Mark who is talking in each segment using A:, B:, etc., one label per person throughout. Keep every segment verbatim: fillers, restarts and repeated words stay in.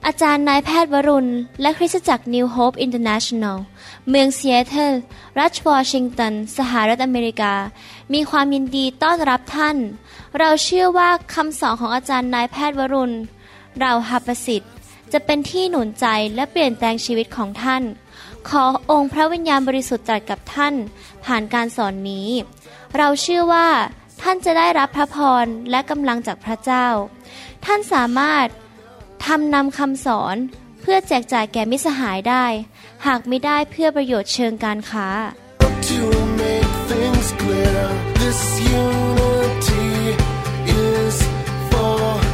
A: อาจารย์นายแพทย์วรุณและคริสตจักร New Hope International เมืองซีแอตเทิลรัฐวอชิงตันสหรัฐอเมริกามีความยินดีต้อนรับท่านเราเชื่อว่าคำสอนของอาจารย์นายแพทย์วรุณเราหประสิทธิ์จะเป็นที่หนุนใจและเปลี่ยนแปลงชีวิตของท่านขอองค์พระวิญญาณบริสุทธิ์ตรัสกับท่านผ่านการสอนนี้เราเชื่อว่าท่านจะได้รับพระพรและกำลังจากพระเจ้าท่านสามารถทำนำคำสอนเพื่อแจกจ่ายแก่มิตรสหายได้หากไม่ได้เพื่อประโยชน์เชิงการค้า
B: To make things clear, this unity is for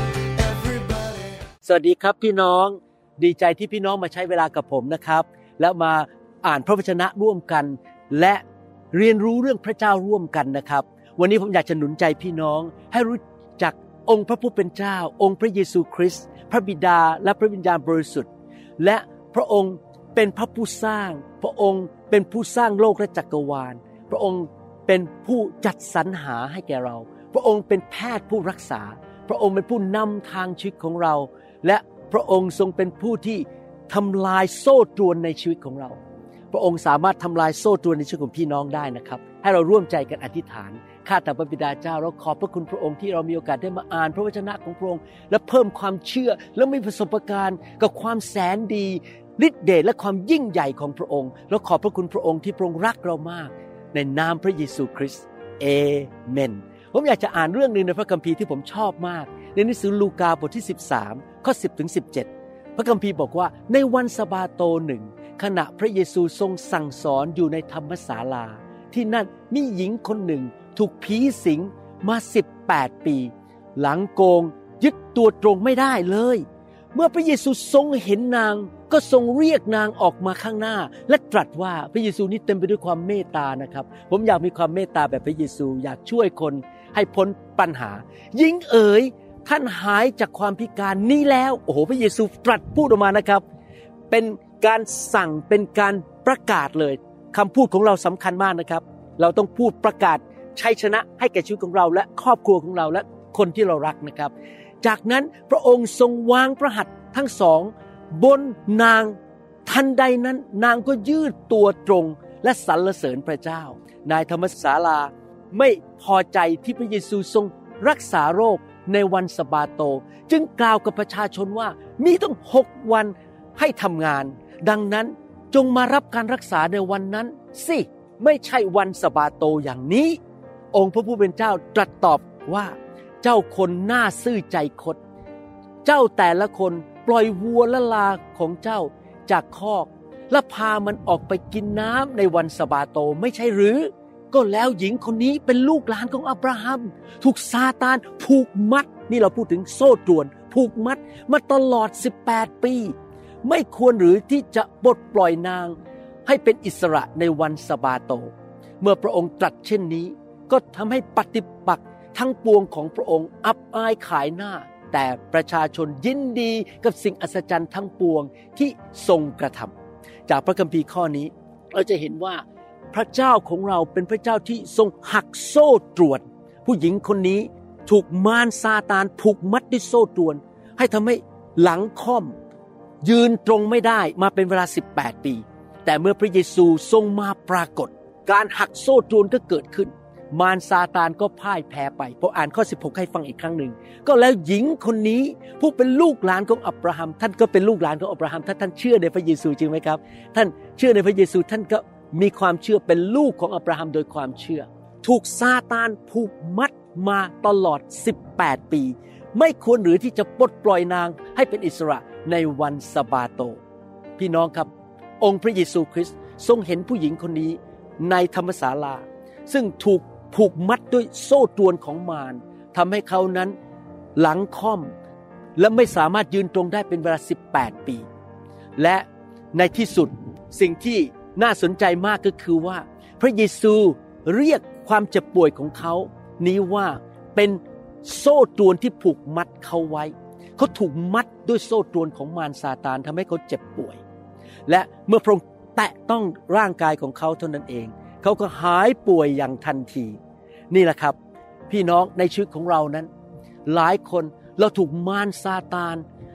B: everybody.
C: สวัสดีครับพี่น้องดีใจที่พี่น้องมาใช้เวลากับผมนะครับแล้วมาอ่านพระวจนะร่วมกันและเรียนรู้เรื่องพระเจ้าร่วมกันนะครับวันนี้ผมอยากจะหนุนใจพี่น้องให้รู้จักองค์พระผู้เป็นเจ้าองค์พระเยซูคริสต์พระบิดาและพระวิญญาณบริสุทธิ์และพระองค์เป็นพระผู้สร้างพระองค์เป็นผู้สร้างโลกและจักรวาลพระองค์เป็นผู้จัดสรรหาให้แก่เราพระองค์เป็นแพทย์ผู้รักษาพระองค์เป็นผู้นำทางชีวิตของเราและพระองค์ทรงเป็นผู้ที่ทำลายโซ่ตรวนในชีวิตของเราพระองค์สามารถทำลายโซ่ตรวนในชีวิตของพี่น้องได้นะครับให้เราร่วมใจกันอธิษฐานข้าแต่พระบิดาเจ้าเราขอบพระคุณพระองค์ที่เรามีโอกาสได้มาอ่านพระวจนะของพระองค์และเพิ่มความเชื่อและมีประสบการณ์กับความแสนดีฤทธิ์เดชและความยิ่งใหญ่ของพระองค์เราขอบพระคุณพระองค์ที่พระองค์รักเรามากในนามพระเยซูคริสต์เอเมนผมอยากจะอ่านเรื่องนึงในพระคัมภีร์ที่ผมชอบมากในหนังสือลูกาบทที่สิบสามข้อสิบถึงสิบเจ็ดพระคัมภีร์บอกว่าในวันสะบาโตหนึ่งขณะพระเยซูทรงสั่งสอนอยู่ในธรรมศาลาที่นั่นมีหญิงคนหนึ่งถูกผีสิงมาสิบแปดปีหลังโกงยึดตัวตรงไม่ได้เลยเมื่อพระเยซูทรงเห็นนางก็ทรงเรียกนางออกมาข้างหน้าและตรัสว่าพระเยซูนี่เต็มไปด้วยความเมตตานะครับผมอยากมีความเมตตาแบบพระเยซูอยากช่วยคนให้พ้นปัญหาหญิงเอ๋ยท่านหายจากความพิการนี้แล้วโอ้โหพระเยซูตรัสพูดออกมานะครับเป็นการสั่งเป็นการประกาศเลยคำพูดของเราสำคัญมากนะครับเราต้องพูดประกาศชัยชนะให้แก่ชีวิตของเราและครอบครัวของเราและคนที่เรารักนะครับจากนั้นพระองค์ทรงวางพระหัตถ์ทั้งสองบนนางทันใดนั้นนางก็ยืดตัวตรงและสรรเสริญพระเจ้านายธรรมศาลาไม่พอใจที่พระเยซูทรงรักษาโรคในวันสะบาโตจึงกล่าวกับประชาชนว่ามีต้องหกวันให้ทำงานดังนั้นจงมารับการรักษาในวันนั้นสิไม่ใช่วันสะบาโตอย่างนี้องค์พระผู้เป็นเจ้าตรัสตอบว่าเจ้าคนหน้าซื่อใจคดเจ้าแต่ละคนปล่อยวัวและลาของเจ้าจากคอกและพามันออกไปกินน้ำในวันสะบาโตไม่ใช่หรือก็แล้วหญิงคนนี้เป็นลูกหลานของอับราฮัมถูกซาตานผูกมัดนี่เราพูดถึงโซ่ตรวนผูกมัดมาตลอดสิบแปดปีไม่ควรหรือที่จะปลดปล่อยนางให้เป็นอิสระในวันสะบาโตเมื่อพระองค์ตรัสเช่นนี้ก็ทำให้ปฏิปักษ์ทั้งปวงของพระองค์อับอายขายหน้าแต่ประชาชนยินดีกับสิ่งอัศจรรย์ทั้งปวงที่ทรงกระทำจากพระคัมภีร์ข้อนี้เราจะเห็นว่าพระเจ้าของเราเป็นพระเจ้าที่ทรงหักโซ่ตรวนผู้หญิงคนนี้ถูกมารซาตานผูกมัดด้วยโซ่ตรวนให้ทำให้หลังค่อมยืนตรงไม่ได้มาเป็นเวลาสิบแปดปีแต่เมื่อพระเยซูทรงมาปรากฏการหักโซ่ตรวนก็เกิดขึ้นมารซาตานก็พ่ายแพ้ไปพออ่านข้อสิบหกให้ฟังอีกครั้งหนึ่งก็แล้วหญิงคนนี้ผู้เป็นลูกหลานของอับราฮัมท่านก็เป็นลูกหลานของอับราฮัมถ้าท่านเชื่อในพระเยซูจริงไหมครับท่านเชื่อในพระเยซูท่านก็มีความเชื่อเป็นลูกของอับราฮัมโดยความเชื่อถูกซาตานผูกมัดมาตลอดสิบแปดปีไม่ควรหรือที่จะปลดปล่อยนางให้เป็นอิสระในวันสะบาโตพี่น้องครับองค์พระเยซูคริสต์ทรงเห็นผู้หญิงคนนี้ในธรรมศาลาซึ่งถูกผูกมัดด้วยโซ่ตรวนของมารทำให้เขานั้นหลังค่อมและไม่สามารถยืนตรงได้เป็นเวลาสิบแปดปีและในที่สุดสิ่งที่น่าสนใจมากก็คือว่าพระเยซูเรียกความเจ็บป่วยของเขานี้ว่าเป็นโซ่ตรวนที่ผูกมัดเขาไว้เขาถูกมัดด้วยโซ่ตรวนของมารซาตานทำให้เขาเจ็บป่วยและเมื่อพระองค์แตะต้องร่างกายของเขาเท่านั้นเองเขาก็หายป่วยอย่างทันทีนี่แหละครับพี่น้องในชีวิตของเรานั้นหลายคนเราถูกมารซาตาน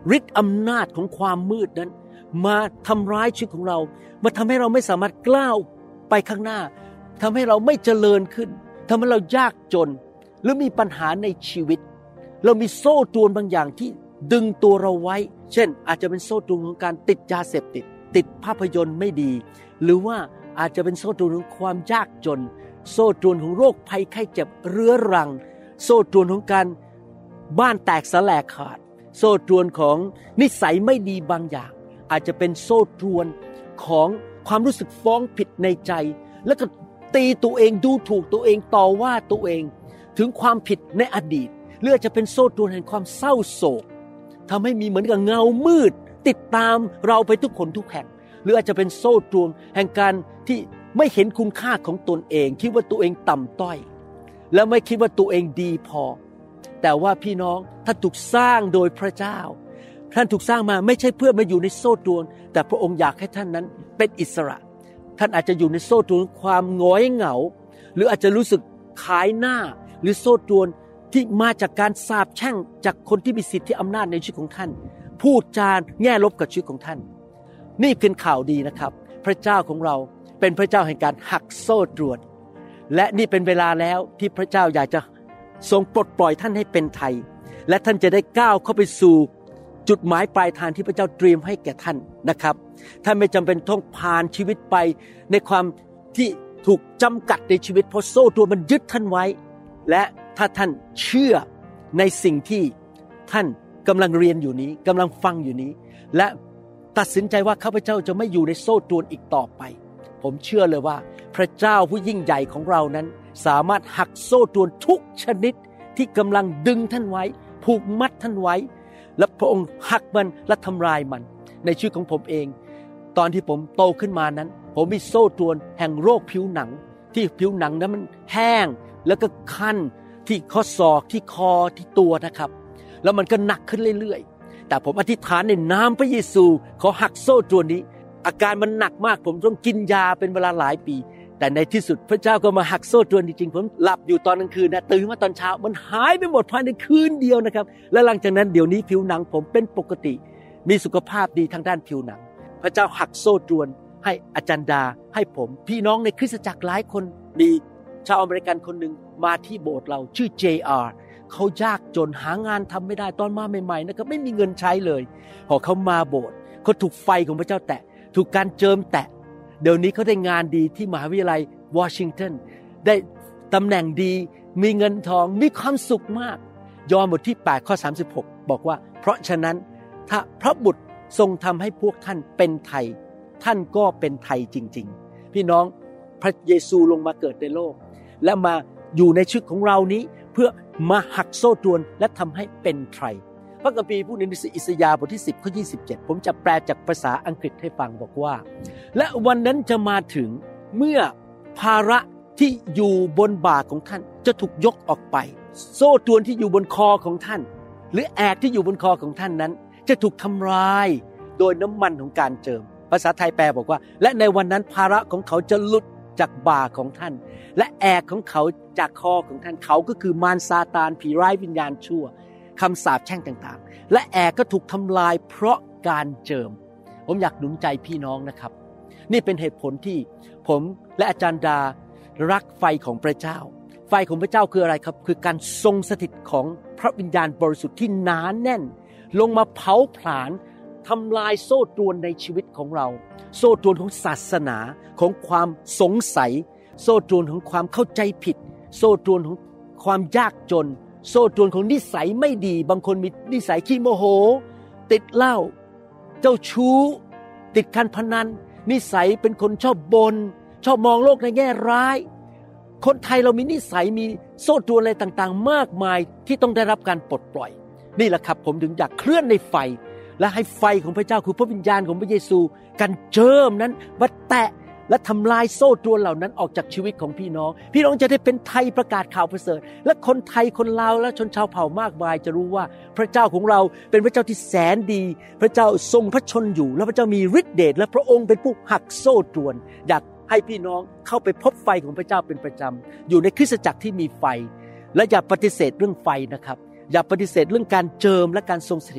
C: ฤทธิ์อำนาจของความมืดนั้นมาทำร้ายชีวิตของเรามาทำให้เราไม่สามารถก้าวไปข้างหน้าทำให้เราไม่เจริญขึ้นทำให้เรายากจนหรือมีปัญหาในชีวิตเรามีโซ่ตรวนบางอย่างที่ดึงตัวเราไว้เช่นอาจจะเป็นโซ่ตรวนของการติดยาเสพติดติดภาพยนตร์ไม่ดีหรือว่าอาจจะเป็นโซ่ตรวนของความยากจนโซ่ตรวนของโรคภัยไข้เจ็บเรื้อรังโซ่ตรวนของการบ้านแตกสลายขาดโซ่ตรวนของนิสัยไม่ดีบางอย่างอาจจะเป็นโซ่ตรวนของความรู้สึกฟ้องผิดในใจแล้วก็ตีตัวเองดูถูกตัวเองต่อว่าตัวเองถึงความผิดในอดีตหรืออาจจะเป็นโซ่ตรวนแห่งความเศร้าโศกทำให้มีเหมือนกับเงามืดติดตามเราไปทุกคนทุกแห่งหรืออาจจะเป็นโซ่ตรวนแห่งการที่ไม่เห็นคุณค่าของตนเองคิดว่าตัวเองต่ำต้อยและไม่คิดว่าตัวเองดีพอแต่ว่าพี่น้องท่านถูกสร้างโดยพระเจ้าท่านถูกสร้างมาไม่ใช่เพื่อมาอยู่ในโซ่ตรวนแต่พระองค์อยากให้ท่านนั้นเป็นอิสระท่านอาจจะอยู่ในโซ่ตรวนความหงอยเหงาหรืออาจจะรู้สึกขายหน้าหรือโซ่ตรวนที่มาจากการสาปแช่งจากคนที่มีสิทธิอำนาจในชีวิตของท่านพูดจาแง่ลบกับชีวิตของท่านนี่เป็นข่าวดีนะครับพระเจ้าของเราเป็นพระเจ้าแห่งการหักโซ่ตรวนและนี่เป็นเวลาแล้วที่พระเจ้าอยากจะทรงปลดปล่อยท่านให้เป็นไทยและท่านจะได้ก้าวเข้าไปสู่จุดหมายปลายทางที่พระเจ้าเตรียมให้แก่ท่านนะครับท่านไม่จำเป็นต้องผ่านชีวิตไปในความที่ถูกจำกัดในชีวิตเพราะโซ่ตรวนมันยึดท่านไว้และถ้าท่านเชื่อในสิ่งที่ท่านกำลังเรียนอยู่นี้กำลังฟังอยู่นี้และตัดสินใจว่าข้าพเจ้าจะไม่อยู่ในโซ่ตรวนอีกต่อไปผมเชื่อเลยว่าพระเจ้าผู้ยิ่งใหญ่ของเรานั้นสามารถหักโซ่ตรวนทุกชนิดที่กำลังดึงท่านไว้ผูกมัดท่านไว้และพระองค์หักมันและทำลายมันในชีวิตของผมเองตอนที่ผมโตขึ้นมานั้นผมมีโซ่ตรวนแห่งโรคผิวหนังที่ผิวหนังนั้นมันแห้งแล้วก็คันที่ข้อศอกที่คอที่ตัวนะครับแล้วมันก็หนักขึ้นเรื่อยๆแต่ผมอธิษฐานในนามพระเยซูขอหักโซ่ตรวนนี้อาการมันหนักมากผมต้องกินยาเป็นเวลาหลายปีแต่ในที่สุดพระเจ้าก็มาหักโซ่ตรวนจริงๆผมหลับอยู่ตอนกลางคืนนะตื่นมาตอนเช้ามันหายไปหมดภายในคืนเดียวนะครับและหลังจากนั้นเดี๋ยวนี้ผิวหนังผมเป็นปกติมีสุขภาพดีทางด้านผิวหนังพระเจ้าหักโซ่ตรวนให้อาจารย์ดาให้ผมพี่น้องในคริสตจักรหลายคนมีชาวอเมริกันคนหนึ่งมาที่โบสถ์เราชื่อ เจ อาร์ เขายากจนหางานทำไม่ได้ตอนมาใหม่ๆนะครับไม่มีเงินใช้เลยพอเขามาโบสถ์เขาถูกไฟของพระเจ้าแตะถูกการเจิมแตะเดี๋ยวนี้เขาได้งานดีที่มหาวิทยาลัยวอชิงตันได้ตำแหน่งดีมีเงินทองมีความสุขมากยอห์นบทที่แปดข้อสามสิบหกบอกว่าเพราะฉะนั้นถ้าพระบุตรทรงทำให้พวกท่านเป็นไทยท่านก็เป็นไทยจริงๆพี่น้องพระเยซูลงมาเกิดในโลกและมาอยู่ในชีวิตของเรานี้เพื่อมาหักโซ่ตรวนและทำให้เป็นไทยพระคัมภีร์พูดในหนังสืออิสยาห์บทที่สิบข้อยี่สิบเจ็ดผมจะแปลจากภาษาอังกฤษให้ฟังบอกว่าและวันนั้นจะมาถึงเมื่อภาระที่อยู่บนบ่าของท่านจะถูกยกออกไปโซ่ตรวนที่อยู่บนคอของท่านหรือแอกที่อยู่บนคอของท่านนั้นจะถูกทำลายโดยน้ำมันของการเจิมภาษาไทยแปลบอกว่าและในวันนั้นภาระของเขาจะหลุดจากบ่าของท่านและแอกของเขาจากคอของท่านเขาก็คือมารซาตานผีร้ายวิญญาณชั่วคำสาปแช่งต่างๆและแอกก็ถูกทำลายเพราะการเจิมผมอยากหนุนใจพี่น้องนะครับนี่เป็นเหตุผลที่ผมและอาจารย์ดารักไฟของพระเจ้าไฟของพระเจ้าคืออะไรครับคือการทรงสถิตของพระวิญญาณบริสุทธิ์ที่หนาแน่นลงมาเผาผลาญทำลายโซ่ตรวนในชีวิตของเราโซ่ตรวนของศาสนาของความสงสัยโซ่ตรวนของความเข้าใจผิดโซ่ตรวนของความยากจนโซ่ตรวนของนิสัยไม่ดีบางคนมีนิสัยขี้โมโหติดเหล้าเจ้าชู้ติดการพนันนิสัยเป็นคนชอบบน่นชอบมองโลกในแง่ร้ายคนไทยเรามีนิสัยมีโซ่ตรวนอะไรต่างๆมากมายที่ต้องได้รับการปลดปล่อยนี่แหละครับผมถึงอยากเคลื่อนในไฟและให้ไฟของพระเจ้าคือพระวิญญาณของพระเยซูกันเจิมนั้นมาแตะและทำลายโซ่ตรวนเหล่านั้นออกจากชีวิตของพี่น้องพี่น้องจะได้เป็นไทยประกาศข่าวประเสริฐและคนไทยคนลาวและชนชาวเผ่ามากมายจะรู้ว่าพระเจ้าของเราเป็นพระเจ้าที่แสนดีพระเจ้าทรงพระชนอยู่และพระเจ้ามีฤทธิ์เดชและพระองค์เป็นผู้หักโซ่ตรวนอยากให้พี่น้องเข้าไปพบไฟของพระเจ้าเป็นประจำอยู่ในคริสตจักรที่มีไฟและอย่าปฏิเสธเรื่องไฟนะครับอย่าปฏิเสธเรื่องการเจิมและการทรงสถิต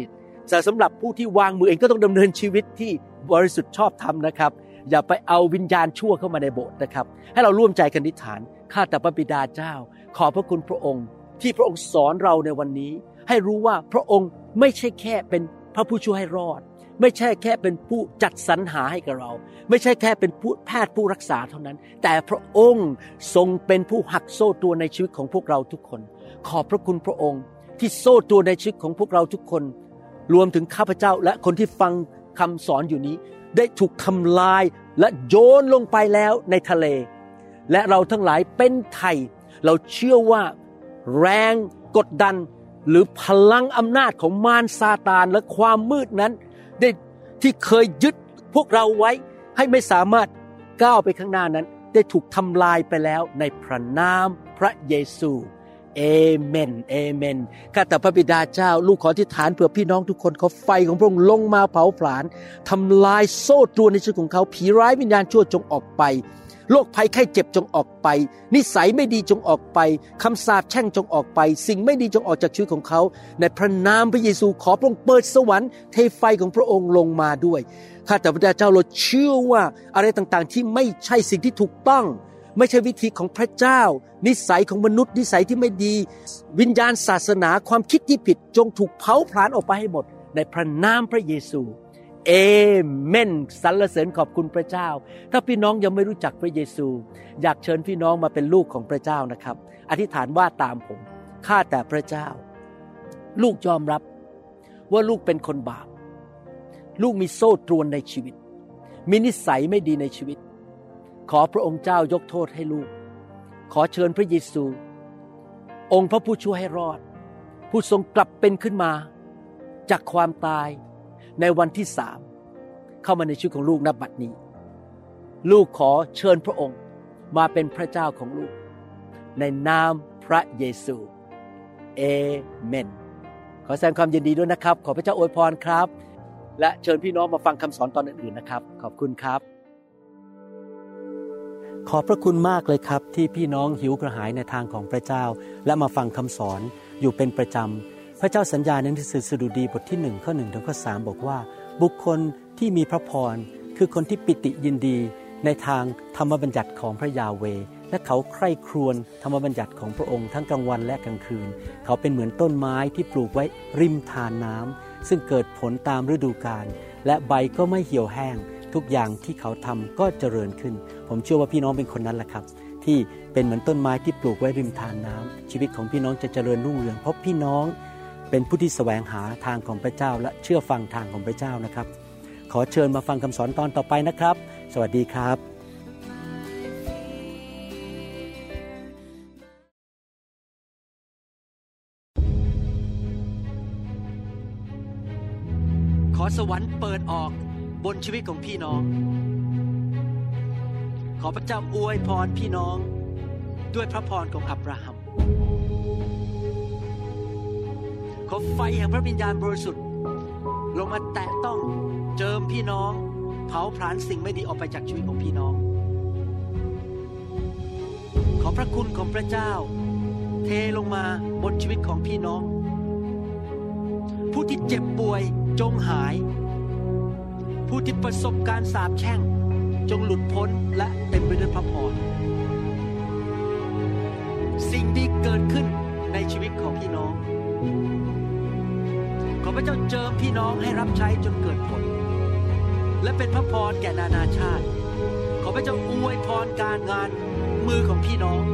C: แต่สำหรับผู้ที่วางมือเองก็ต้องดำเนินชีวิตที่บริสุทธิ์ชอบธรรมนะครับอย่าไปเอาวิญญาณชั่วเข้ามาในโบสถ์นะครับให้เราร่วมใจกันอธิษฐานข้าแต่พระบิดาเจ้าขอบพระคุณพระองค์ที่พระองค์สอนเราในวันนี้ให้รู้ว่าพระองค์ไม่ใช่แค่เป็นพระผู้ช่วยให้รอดไม่ใช่แค่เป็นผู้จัดสรรหาให้กับเราไม่ใช่แค่เป็นผู้แพทย์ผู้รักษาเท่านั้นแต่พระองค์ทรงเป็นผู้หักโซ่ตรวนในชีวิตของพวกเราทุกคนขอบพระคุณพระองค์ที่โซ่ตรวนในชีวิตของพวกเราทุกคนรวมถึงข้าพเจ้าและคนที่ฟังคำสอนอยู่นี้ได้ถูกทำลายและโยนลงไปแล้วในทะเลและเราทั้งหลายเป็นไทยเราเชื่อว่าแรงกดดันหรือพลังอำนาจของมารซาตานและความมืดนั้นได้ที่เคยยึดพวกเราไว้ให้ไม่สามารถก้าวไปข้างหน้านั้นได้ถูกทำลายไปแล้วในพระนามพระเยซูเอเมนเอเมนข้าแต่พระบิดาเจ้าลูกขออธิษฐานเพื่อพี่น้องทุกคนขอไฟของพระองค์ลงมาเผาผลาญทำลายโซ่ตรวนในชีวิตของเขาผีร้ายวิญญาณชั่วจงออกไปโรคภัยไข้เจ็บจงออกไปนิสัยไม่ดีจงออกไปคำสาปแช่งจงออกไปสิ่งไม่ดีจงออกจากชีวิตของเขาในพระนามพระเยซูขอพระองค์เปิดสวรรค์เทไฟของพระองค์ลงมาด้วยข้าแต่พระเจ้าเราเชื่อว่าอะไรต่างๆที่ไม่ใช่สิ่งที่ถูกต้องไม่ใช่วิธีของพระเจ้านิสัยของมนุษย์นิสัยที่ไม่ดีวิญญาณศาสนาความคิดที่ผิดจงถูกเผาผลาญออกไปให้หมดในพระนามพระเยซูเอเมนสรรเสริญขอบคุณพระเจ้าถ้าพี่น้องยังไม่รู้จักพระเยซูอยากเชิญพี่น้องมาเป็นลูกของพระเจ้านะครับอธิษฐานว่าตามผมข้าแต่พระเจ้าลูกยอมรับว่าลูกเป็นคนบาปลูกมีโซ่ตรวนในชีวิตมีนิสัยไม่ดีในชีวิตขอพระองค์เจ้ายกโทษให้ลูกขอเชิญพระเยซูองค์พระผู้ช่วยให้รอดผู้ทรงกลับเป็นขึ้นมาจากความตายในวันที่สามเข้ามาในชีวิตของลูกณบัดนี้ลูกขอเชิญพระองค์มาเป็นพระเจ้าของลูกในนามพระเยซูเอเมนขอแสดงความยินดีด้วยนะครับขอพระเจ้าอวยพรครับและเชิญพี่น้องมาฟังคำสอนตอนอื่นๆนะครับขอบคุณครับขอบพระคุณมากเลยครับที่พี่น้องหิวกระหายในทางของพระเจ้าและมาฟังคำสอนอยู่เป็นประจำพระเจ้าสัญญาในหนังสือสดุดีบทที่หนึ่งข้อหนึ่งถึงข้อสามบอกว่าบุคคลที่มีพระพรคือคนที่ปิติยินดีในทางธรรมบัญญัติของพระยาเวห์และเขาใคร่ครวญธรรมบัญญัติของพระองค์ทั้งกลางวันและกลางคืนเขาเป็นเหมือนต้นไม้ที่ปลูกไว้ริมทานน้ำซึ่งเกิดผลตามฤดูกาลและใบก็ไม่เหี่ยวแห้งทุกอย่างที่เขาทำก็เจริญขึ้นผมเชื่อว่าพี่น้องเป็นคนนั้นแหละครับที่เป็นเหมือนต้นไม้ที่ปลูกไว้ริมทานน้ำชีวิตของพี่น้องจะเจริญรุ่งเรืองเพราะพี่น้องเป็นผู้ที่แสวงหาทางของพระเจ้าและเชื่อฟังทางของพระเจ้านะครับขอเชิญมาฟังคำสอนตอนต่อไปนะครับสวัสดีครับขอสวรรค์เปิดออกบนชีวิตของพี่น้องขอพระเจ้าอวยพรพี่น้องด้วยพระพรของอับราฮัมขอไฟแห่งพระวิญญาณบริสุทธิ์ลงมาแตะต้องเจิมพี่น้องเผาผลาญสิ่งไม่ดีออกไปจากชีวิตของพี่น้องขอพระคุณของพระเจ้าเทลงมาบนชีวิตของพี่น้องผู้ที่เจ็บป่วยจงหายผู้ที่ประสบการสาปแช่งจงหลุดพ้นและเต็มไปด้วยพระพรสิ่งดีเกิดขึ้นในชีวิตของพี่น้องขอพระเจ้าเจิมพี่น้องให้รับใช้จนเกิดผลและเป็นพระพรแก่นานาชาติขอพระเจ้าอวยพรการงานมือของพี่น้อง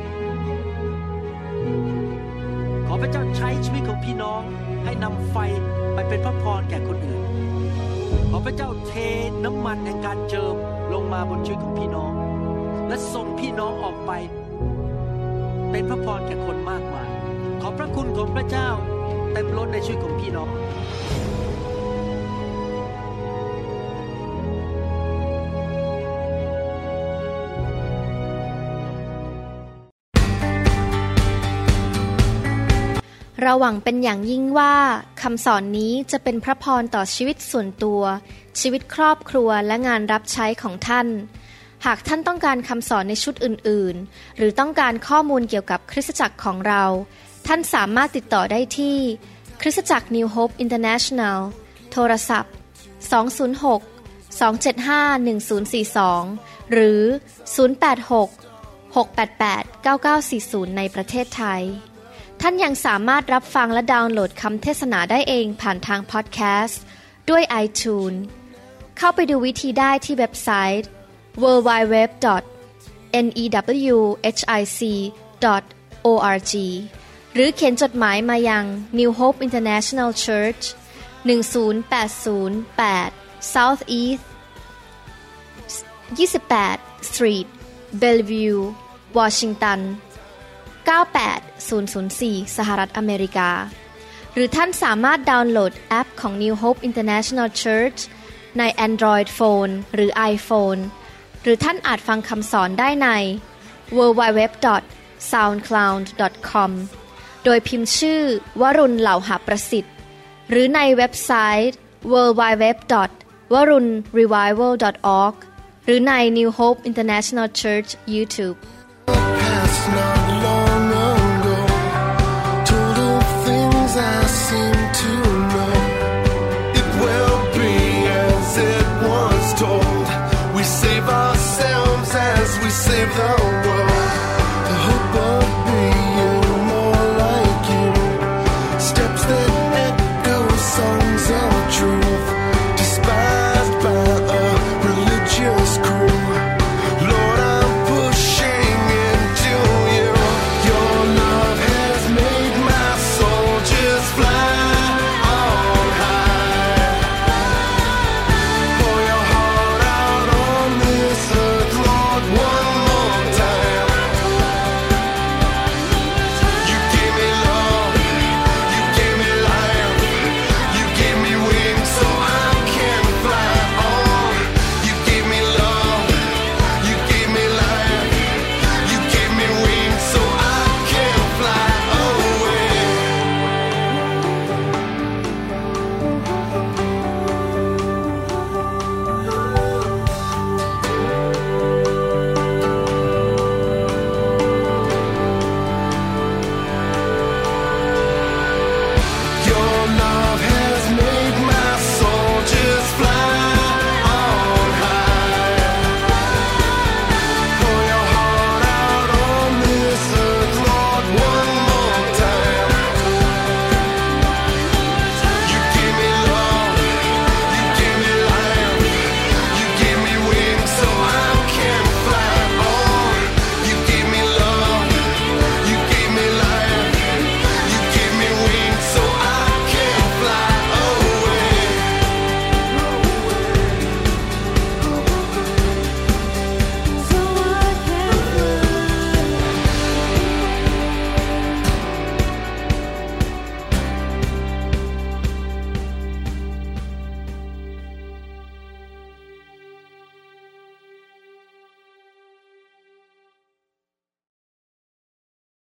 C: ขอพระเจ้าใช้ชีวิตของพี่น้องให้นำไฟไปเป็นพระพรแก่คนอื่นขอพระเจ้าเทน้ำมันแห่งการเจิมลงมาบนชีวิตของพี่น้องและส่งพี่น้องออกไปเป็นพระพรแก่คนมากมายขอพระคุณของพระเจ้าเต็มล้นในชีวิตของพี่น้อง
A: เราหวังเป็นอย่างยิ่งว่าคำสอนนี้จะเป็นพระพรต่อชีวิตส่วนตัวชีวิตครอบครัวและงานรับใช้ของท่านหากท่านต้องการคำสอนในชุดอื่นๆหรือต้องการข้อมูลเกี่ยวกับคริสตจักรของเราท่านสามารถติดต่อได้ที่คริสตจักร New Hope International โทรศัพท์สอง ศูนย์ หก สอง เจ็ด ห้า หนึ่ง ศูนย์ สี่ สองหรือศูนย์ แปด หก หก แปด แปด เก้า เก้า สี่ ศูนย์ในประเทศไทยท่านยังสามารถรับฟังและดาวน์โหลดคำเทศนาได้เองผ่านทางพอดแคสต์ด้วย iTunes เข้าไปดูวิธีได้ที่เว็บไซต์ ดับเบิลยู ดับเบิลยู ดับเบิลยู ดอท เอ็น อี ดับเบิลยู เอช ไอ ซี ดอท โอ อาร์ จี หรือเขียนจดหมายมายัง New Hope International Church หนึ่ง ศูนย์ แปด ศูนย์ แปด South East ยี่สิบแปด Street Bellevue Washington เก้า แปด ศูนย์ ศูนย์ สี่ สหรัฐอเมริกาหรือท่านสามารถดาวน์โหลดแอปของ New Hope International Church ใน Android Phone หรือ iPhone หรือท่านอาจฟังคำสอนได้ใน ดับเบิลยู ดับเบิลยู ดับเบิลยู ดอท ซาวด์คลาวด์ ดอท คอม โดยพิมพ์ชื่อวรุณเหล่าหาประสิทธิ์หรือในเว็บไซต์ ดับเบิลยู ดับเบิลยู ดับเบิลยู ดอท วรุณ รีไววัล ดอท ออร์ก หรือใน New Hope International Church YouTube
B: Past not long ago, told of things I seem to know. It will be as it was told. We save ourselves as we save the world.